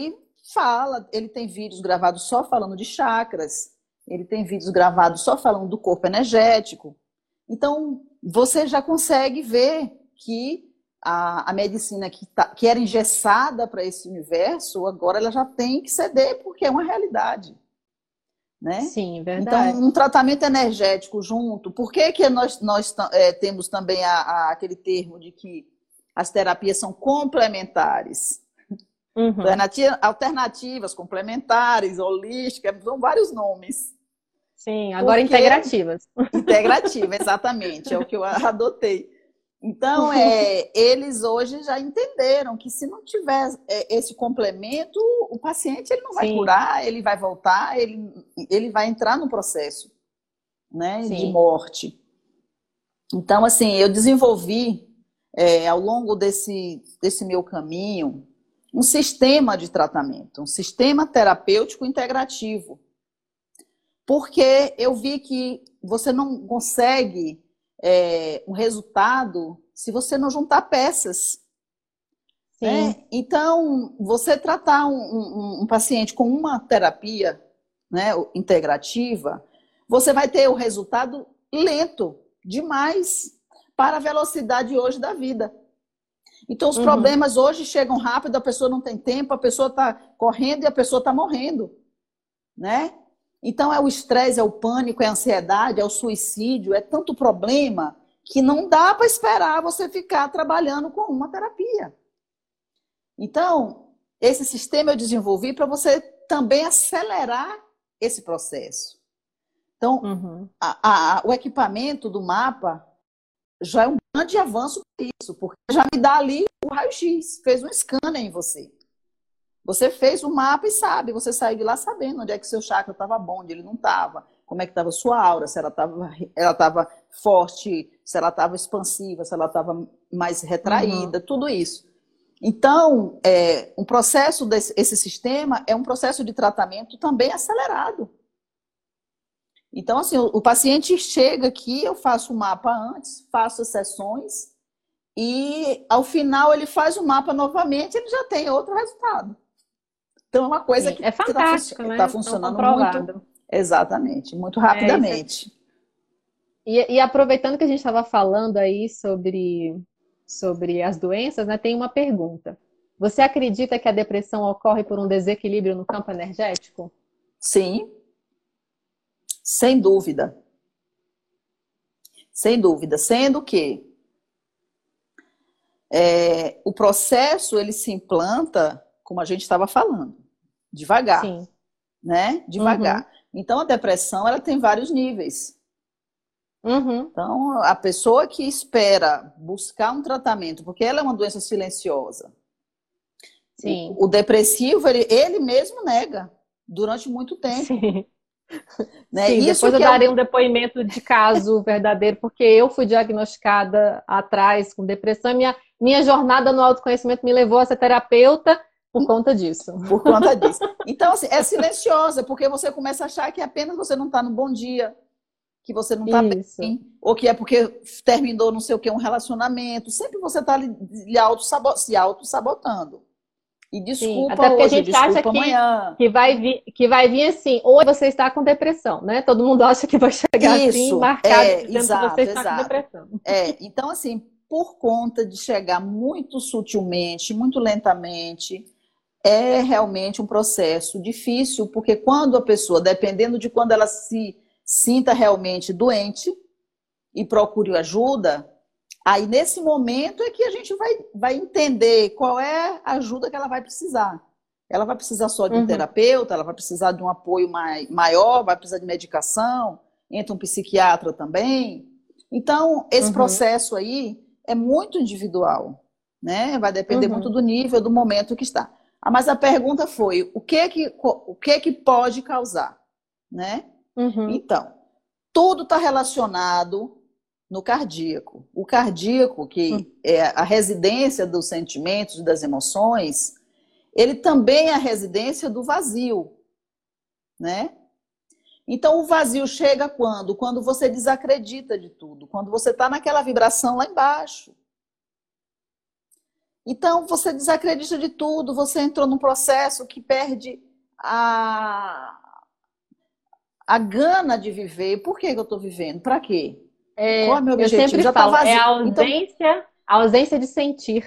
ele tem vídeos gravados só falando de chakras, ele tem vídeos gravados só falando do corpo energético. Então, você já consegue ver que a medicina que era engessada para esse universo, agora ela já tem que ceder, porque é uma realidade, né? sim, Então, verdade. um tratamento energético junto. Por que, que nós temos também aquele termo de que as terapias são complementares? Uhum, Alternativas, complementares, holísticas, são vários nomes. sim, agora Porque integrativas. integrativa, exatamente, é o que eu adotei. Então, eles hoje já entenderam que se não tiver esse complemento, o paciente ele não vai Sim, curar, ele vai voltar, ele vai entrar no processo, né, de sim. morte. Então, assim, eu desenvolvi, ao longo desse meu caminho, um sistema de tratamento, um sistema terapêutico integrativo, porque eu vi que você não consegue um resultado se você não juntar peças. Sim. né? Então, você tratar um paciente com uma terapia, né, integrativa, você vai ter o resultado lento demais para a velocidade hoje da vida. Então, os Uhum. problemas hoje chegam rápido, a pessoa não tem tempo, a pessoa está correndo e a pessoa está morrendo, né? Então, é o estresse, é o pânico, é a ansiedade, é o suicídio, é tanto problema que não dá para esperar você ficar trabalhando com uma terapia. Então, esse sistema eu desenvolvi para você também acelerar esse processo. Então, Uhum. o equipamento do mapa já é um grande avanço para isso, porque já me dá ali o raio-x, fez um scanner em você. Você fez o mapa e sabe, você saiu de lá sabendo onde é que seu chakra estava bom, onde ele não estava, como é que estava a sua aura, se ela estava forte, se ela estava expansiva, se ela estava mais Uhum. retraída, tudo isso. Então, um processo esse sistema é um processo de tratamento também acelerado. Então, assim, o paciente chega aqui, eu faço o mapa antes, faço as sessões e ao final ele faz o mapa novamente, ele já tem outro resultado. Então, é uma coisa Sim. que É fantástico, está né? Não funcionando muito, comprovado. exatamente, muito Isso rapidamente. e aproveitando que a gente estava falando aí sobre as doenças, né, tem uma pergunta. Você acredita que a depressão ocorre por um desequilíbrio no campo energético? Sim, sem dúvida. Sem dúvida. Sendo que o processo ele se implanta, como a gente estava falando, devagar, Sim. né? Uhum. Devagar. Então, a depressão ela tem vários níveis. Uhum. Então, a pessoa que espera buscar um tratamento, porque ela é uma doença silenciosa, Sim. o depressivo, ele mesmo nega durante muito tempo. Sim. Né? Sim, Isso depois eu que é darei o. um depoimento de caso verdadeiro, porque eu fui diagnosticada atrás com depressão e minha jornada no autoconhecimento me levou a ser terapeuta por conta disso. Por conta disso. Então, assim, é silenciosa, porque você começa a achar que apenas você não está no bom dia, que você não está Isso. bem, ou que é porque terminou não sei o que, um relacionamento. Sempre você está se auto-sabotando. E Sim, desculpa até porque a hoje, gente acha desculpa amanhã. que vai vir assim, ou você está com depressão, né? Todo mundo acha que vai chegar assim, Isso, marcado, dizendo que você exato, está com exato. depressão. Então, assim, por conta de chegar muito sutilmente, muito lentamente, é realmente um processo difícil, porque quando a pessoa, dependendo de quando ela se sinta realmente doente e procure ajuda, aí nesse momento é que a gente vai entender qual é a ajuda que ela vai precisar. Ela vai precisar só de um Uhum, terapeuta, ela vai precisar de um apoio maior, vai precisar de medicação, entra um psiquiatra também. Então, esse uhum, processo aí é muito individual, né? Vai depender muito uhum, do nível, do momento que está. Mas a pergunta foi, o que que pode causar, né? uhum, Então, tudo está relacionado no cardíaco. O cardíaco, uhum, que é a residência dos sentimentos e das emoções, ele também é a residência do vazio, né? Então, o vazio chega quando? Quando você desacredita de tudo, quando você está naquela vibração lá embaixo. Então, você desacredita de tudo, você entrou num processo que perde a gana de viver. Por que eu estou vivendo? Para quê? Qual é o meu eu objetivo? sempre Já está falo, é vazio. Então, a ausência de sentir.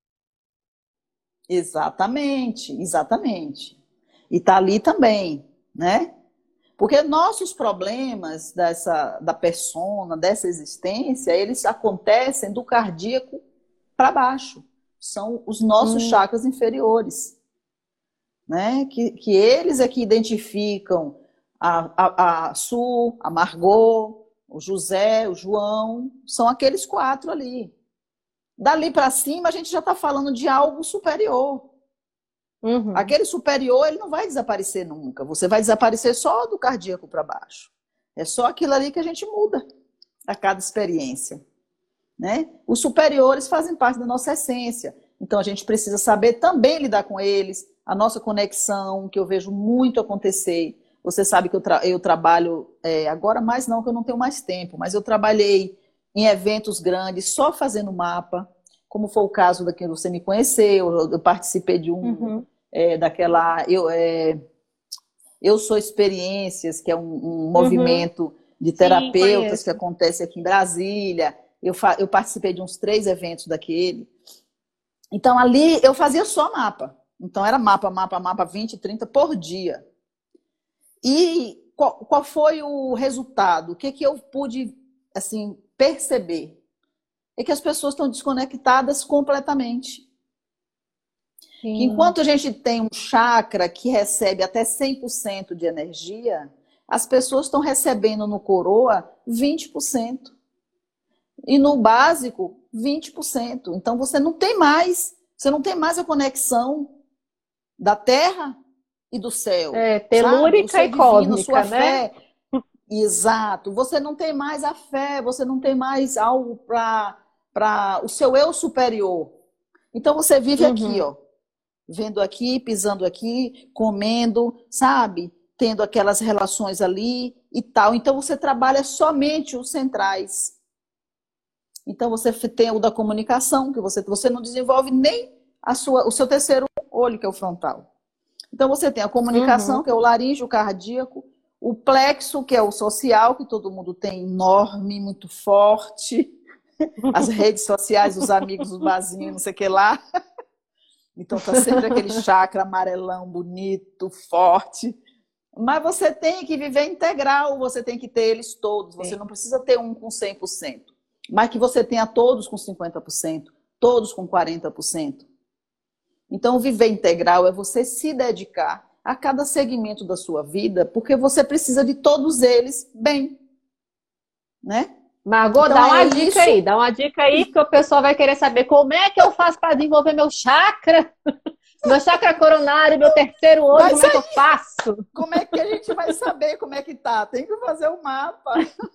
exatamente, exatamente. E está ali também, né? Porque nossos problemas da persona, dessa existência, eles acontecem do cardíaco para baixo. São os nossos Hum, chakras inferiores, né? Que eles é que identificam a Su, a Margot, o José, o João, são aqueles quatro ali. Dali para cima, a gente já está falando de algo superior. uhum, Aquele superior, ele não vai desaparecer nunca. Você vai desaparecer só do cardíaco para baixo. É só aquilo ali que a gente muda a cada experiência, né? Os superiores fazem parte da nossa essência. Então a gente precisa saber também lidar com eles, a nossa conexão, que eu vejo muito acontecer. Você sabe que eu trabalho, agora mais não, que eu não tenho mais tempo, mas eu trabalhei em eventos grandes só fazendo mapa. como foi o caso daquele você me conheceu, eu participei de daquela Eu Sou Experiências, que é um movimento de terapeutas que acontece aqui em Brasília. Eu participei de uns 3 eventos daquele. Então, ali eu fazia só mapa. Então, era mapa, 20, 30 por dia. E qual foi o resultado? O que eu pude, assim, perceber? É que as pessoas estão desconectadas completamente. Que enquanto a gente tem um chakra que recebe até 100% de energia, as pessoas estão recebendo no coroa 20%. E no básico, 20%. Então você não tem mais a conexão da terra e do céu. Telúrica e cósmica, sua né? fé. Exato. Você não tem mais a fé, você não tem mais algo para o seu eu superior. Então você vive aqui, ó. Vendo aqui, pisando aqui, comendo, sabe? Tendo aquelas relações ali e tal. Então você trabalha somente os centrais. Então você tem o da comunicação, que você não desenvolve nem o seu terceiro olho, que é o frontal. Então você tem a comunicação, que é o laríngeo, o cardíaco, o plexo, que é o social, que todo mundo tem enorme, muito forte. As redes sociais, os amigos, os barzinhos, não sei o que lá. Então tá sempre aquele chakra amarelão, bonito, forte. Mas você tem que viver integral, você tem que ter eles todos. Você não precisa ter um com 100%. Mas que você tenha todos com 50%, todos com 40%. Então, viver integral é você se dedicar a cada segmento da sua vida, porque você precisa de todos eles bem. Né? Margot, então, dá uma dica aí, que o pessoal vai querer saber como é que eu faço para desenvolver meu chakra, meu chakra coronário, meu terceiro olho, como é que eu faço? Como é que a gente vai saber como é que tá? Tem que fazer o mapa.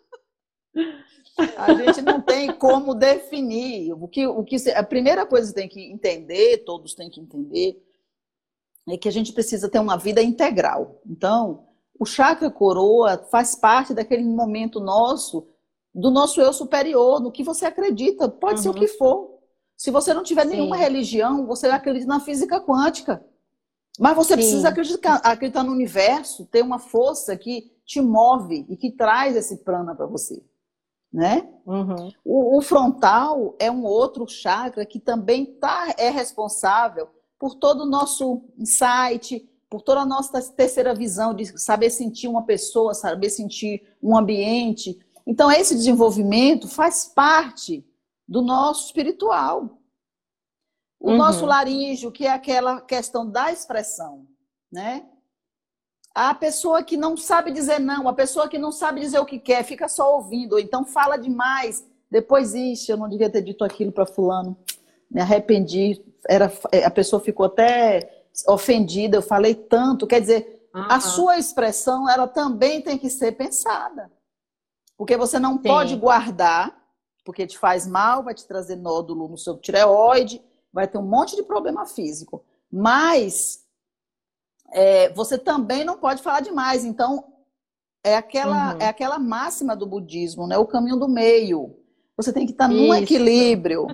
A gente não tem como definir. A primeira coisa que tem que entender, todos têm que entender, é que a gente precisa ter uma vida integral. Então, o chakra coroa faz parte daquele momento do nosso eu superior, no que você acredita. Pode ser o que for. Se você não tiver nenhuma religião, você acredita na física quântica. Mas você precisa acreditar no universo, ter uma força que te move e que traz esse prana para você. Né? O frontal é um outro chakra que também é responsável por todo o nosso insight, por toda a nossa terceira visão de saber sentir uma pessoa, saber sentir um ambiente. Então, esse desenvolvimento faz parte do nosso espiritual. O nosso laríngeo, que é aquela questão da expressão, né? A pessoa que não sabe dizer não, a pessoa que não sabe dizer o que quer, fica só ouvindo, ou então fala demais, depois, eu não devia ter dito aquilo para fulano, me arrependi, a pessoa ficou até ofendida, eu falei tanto, quer dizer, a sua expressão, ela também tem que ser pensada, porque você não pode guardar, porque te faz mal, vai te trazer nódulo no seu tireoide, vai ter um monte de problema físico, mas você também não pode falar demais. Então, é aquela máxima do budismo, né? O caminho do meio. Você tem que estar num equilíbrio.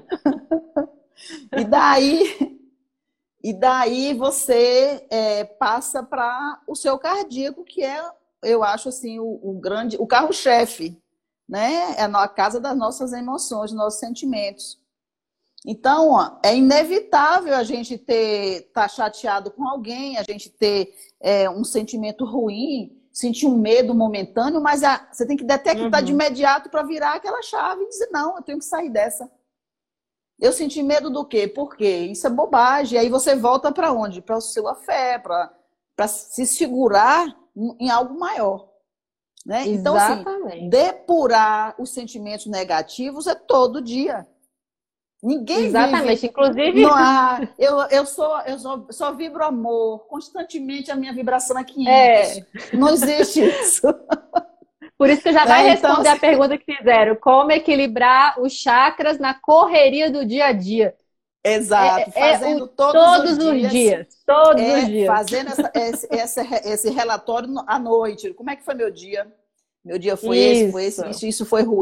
E daí você passa para o seu cardíaco, que é, eu acho assim, o carro-chefe, né? É a casa das nossas emoções, dos nossos sentimentos. Então, é inevitável a gente estar chateado com alguém, a gente ter um sentimento ruim, sentir um medo momentâneo, mas você tem que detectar de imediato para virar aquela chave e dizer, não, eu tenho que sair dessa. Eu senti medo do quê? Por quê? Isso é bobagem. E aí você volta para onde? Para a sua fé, para se segurar em algo maior. Né? Então, assim, depurar os sentimentos negativos é todo dia. Ninguém vive. Inclusive. Eu só vibro amor. Constantemente a minha vibração é 500. Não existe isso. Por isso que já vai responder a pergunta que fizeram. Como equilibrar os chakras na correria do dia a dia? Exato. Fazendo todos os dias. Todos os dias. Fazendo esse relatório à noite. Como é que foi meu dia? Meu dia foi esse, isso foi ruim.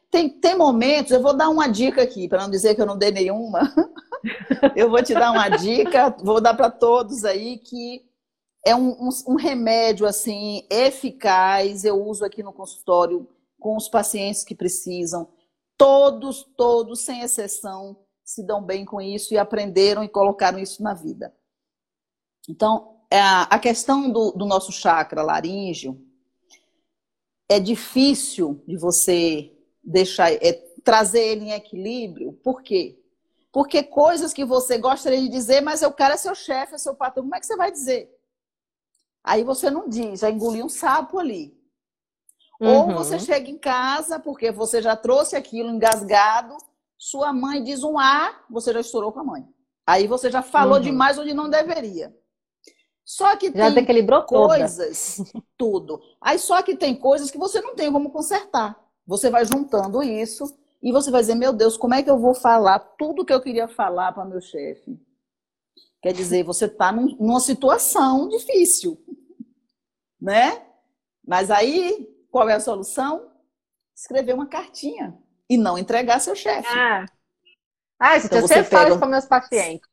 Tem momentos, eu vou dar uma dica aqui, para não dizer que eu não dei nenhuma. Eu vou te dar uma dica, vou dar para todos aí, que é um remédio assim eficaz. Eu uso aqui no consultório com os pacientes que precisam. Todos, sem exceção, se dão bem com isso e aprenderam e colocaram isso na vida. Então, a questão do nosso chakra laríngeo é difícil de você trazer ele em equilíbrio. Por quê? Porque coisas que você gostaria de dizer, mas o cara é seu chefe, é seu patrão, como é que você vai dizer? Aí você não diz, já engoliu um sapo ali. Ou você chega em casa, porque você já trouxe aquilo engasgado, sua mãe diz um A, você já estourou com a mãe. Aí você já falou demais onde não deveria. Só que já tem coisas, tudo. Aí só que tem coisas que você não tem como consertar. Você vai juntando isso e você vai dizer, meu Deus, como é que eu vou falar tudo que eu queria falar para meu chefe? Quer dizer, você está numa situação difícil, né? Mas aí, qual é a solução? Escrever uma cartinha e não entregar seu chefe. Gente, então, eu sempre falo isso para meus pacientes.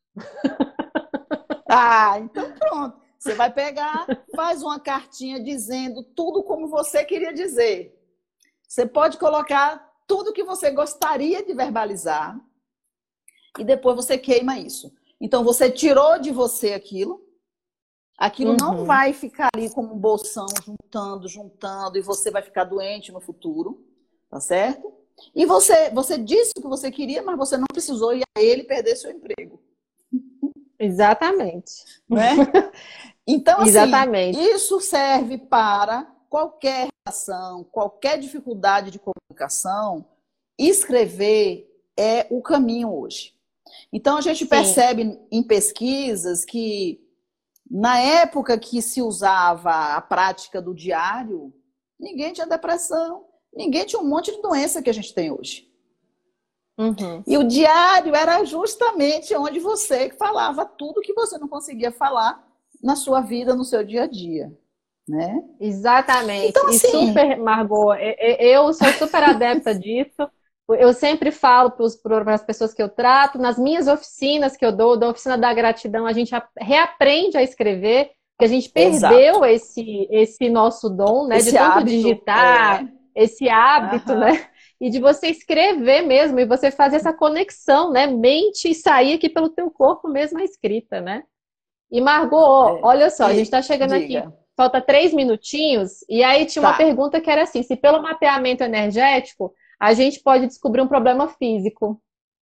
Então pronto. Você vai pegar, faz uma cartinha dizendo tudo como você queria dizer. Você pode colocar tudo que você gostaria de verbalizar e depois você queima isso. Então você tirou de você aquilo não vai ficar ali como um bolsão juntando e você vai ficar doente no futuro, tá certo? E você disse o que você queria, mas você não precisou ir a ele perder seu emprego. Exatamente. Né? Então, assim, exatamente. Isso serve para qualquer relação, qualquer dificuldade de comunicação. Escrever é o caminho hoje. Então, a gente percebe em pesquisas que, na época que se usava a prática do diário, ninguém tinha depressão, ninguém tinha um monte de doença que a gente tem hoje. E o diário era justamente onde você falava tudo que você não conseguia falar na sua vida, no seu dia a dia, né? Exatamente. Então, assim... E super, Margot, eu sou super adepta disso. Eu sempre falo para as pessoas que eu trato, nas minhas oficinas que eu dou, da oficina da gratidão, a gente reaprende a escrever, porque a gente perdeu esse nosso dom, né? De tanto hábito, digitar, esse hábito, né? E de você escrever mesmo, e você fazer essa conexão, né? Mente e sair aqui pelo teu corpo mesmo a escrita, né? E Margot, olha só, a gente está chegando aqui, falta 3 minutinhos, e aí tinha uma pergunta que era assim, se pelo mapeamento energético, a gente pode descobrir um problema físico?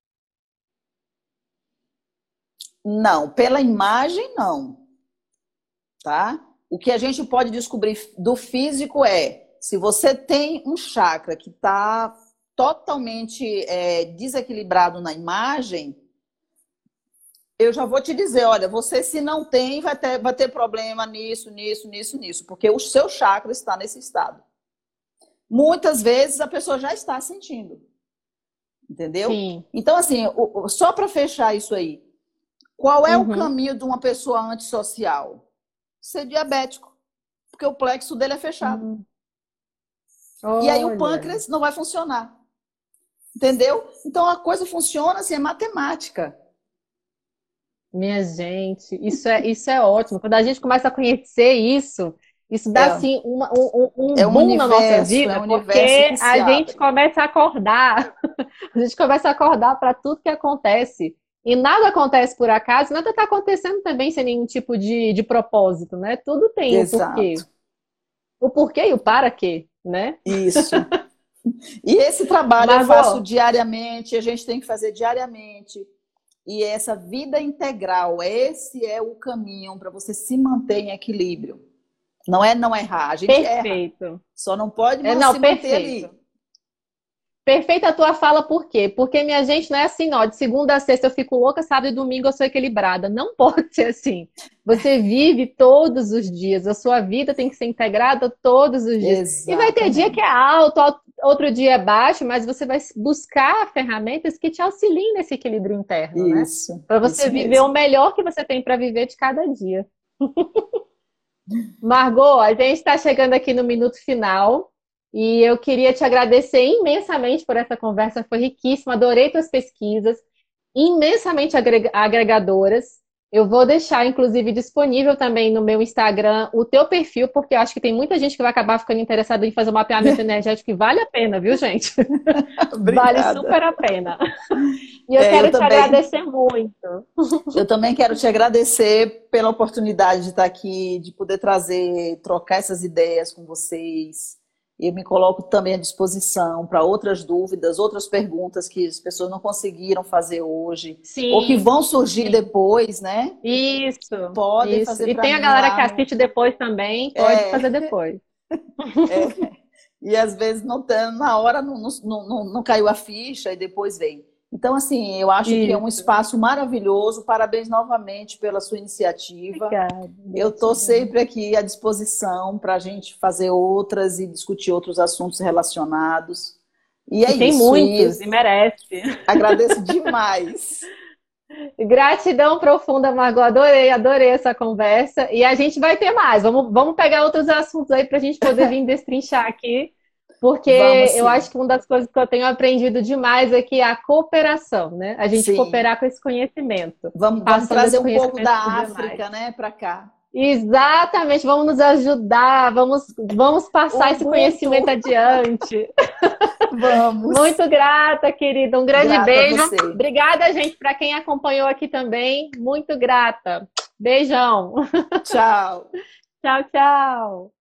Não, pela imagem não, tá? O que a gente pode descobrir do físico é, se você tem um chakra que está totalmente desequilibrado na imagem, eu já vou te dizer, olha, você se não tem, vai ter problema nisso, porque o seu chakra está nesse estado. Muitas vezes a pessoa já está sentindo, entendeu? Sim. Então, assim, só para fechar isso aí, qual é o caminho de uma pessoa antissocial? Ser diabético, porque o plexo dele é fechado. E aí o pâncreas não vai funcionar. Entendeu? Então a coisa funciona assim, é matemática. Minha gente, isso é ótimo. Quando a gente começa a conhecer isso dá assim um boom na nossa vida, porque a gente começa a acordar. A gente começa a acordar para tudo que acontece. E nada acontece por acaso, nada está acontecendo também sem nenhum tipo de propósito, né? Tudo tem um porquê. O porquê e o para quê, né? Isso. E esse trabalho eu faço diariamente, a gente tem que fazer diariamente. E essa vida integral, esse é o caminho para você se manter em equilíbrio. Não é não errar, a gente erra. Só não pode se manter ali. Perfeita a tua fala, por quê? Porque, minha gente, não é assim, ó, de segunda a sexta eu fico louca, sábado e domingo eu sou equilibrada. Não pode ser assim. Você vive todos os dias, a sua vida tem que ser integrada todos os dias. Exatamente. E vai ter dia que é alto, outro dia é baixo, mas você vai buscar ferramentas que te auxiliem nesse equilíbrio interno, né? Para você viver o melhor que você tem para viver de cada dia. Margot, a gente está chegando aqui no minuto final. E eu queria te agradecer imensamente por essa conversa, foi riquíssima, adorei tuas pesquisas, imensamente agregadoras. Eu vou deixar, inclusive, disponível também no meu Instagram o teu perfil, porque eu acho que tem muita gente que vai acabar ficando interessada em fazer um mapeamento energético e vale a pena, viu, gente? Vale Obrigada. super a pena. E eu Eu quero te também. agradecer muito. Eu também quero te agradecer pela oportunidade de estar aqui, de poder trazer, trocar essas ideias com vocês. Eu me coloco também à disposição para outras dúvidas, outras perguntas que as pessoas não conseguiram fazer hoje, ou que Sim, vão surgir sim. depois, né? Isso, Podem isso. fazer E para tem a mim galera lá que no. assiste depois também, pode É, fazer depois. e às vezes não tá, na hora não caiu a ficha e depois vem. Então, assim, eu acho que é um Isso. espaço maravilhoso. Parabéns novamente pela sua iniciativa. Obrigada, Eu estou gratidão. sempre aqui à disposição para a gente fazer outras e discutir outros assuntos relacionados. E é E tem isso. E muitos, e merece. agradeço demais. Gratidão profunda, Margot. Adorei, adorei essa conversa. E a gente vai ter mais. Vamos pegar outros assuntos aí para a gente poder vir destrinchar aqui, porque Vamos eu acho sim. que uma das coisas que eu tenho aprendido demais aqui é a cooperação, né? A gente Sim. cooperar com esse conhecimento, Vamos passando trazer esse um pouco conhecimento para os da demais. África, né, para cá. Exatamente, vamos nos ajudar, vamos passar esse Ubuntu. conhecimento adiante. Vamos. Muito grata, querida. Um grande Grata a beijo. você. Obrigada, gente, para quem acompanhou aqui também. Muito grata. Beijão. Tchau. Tchau, tchau.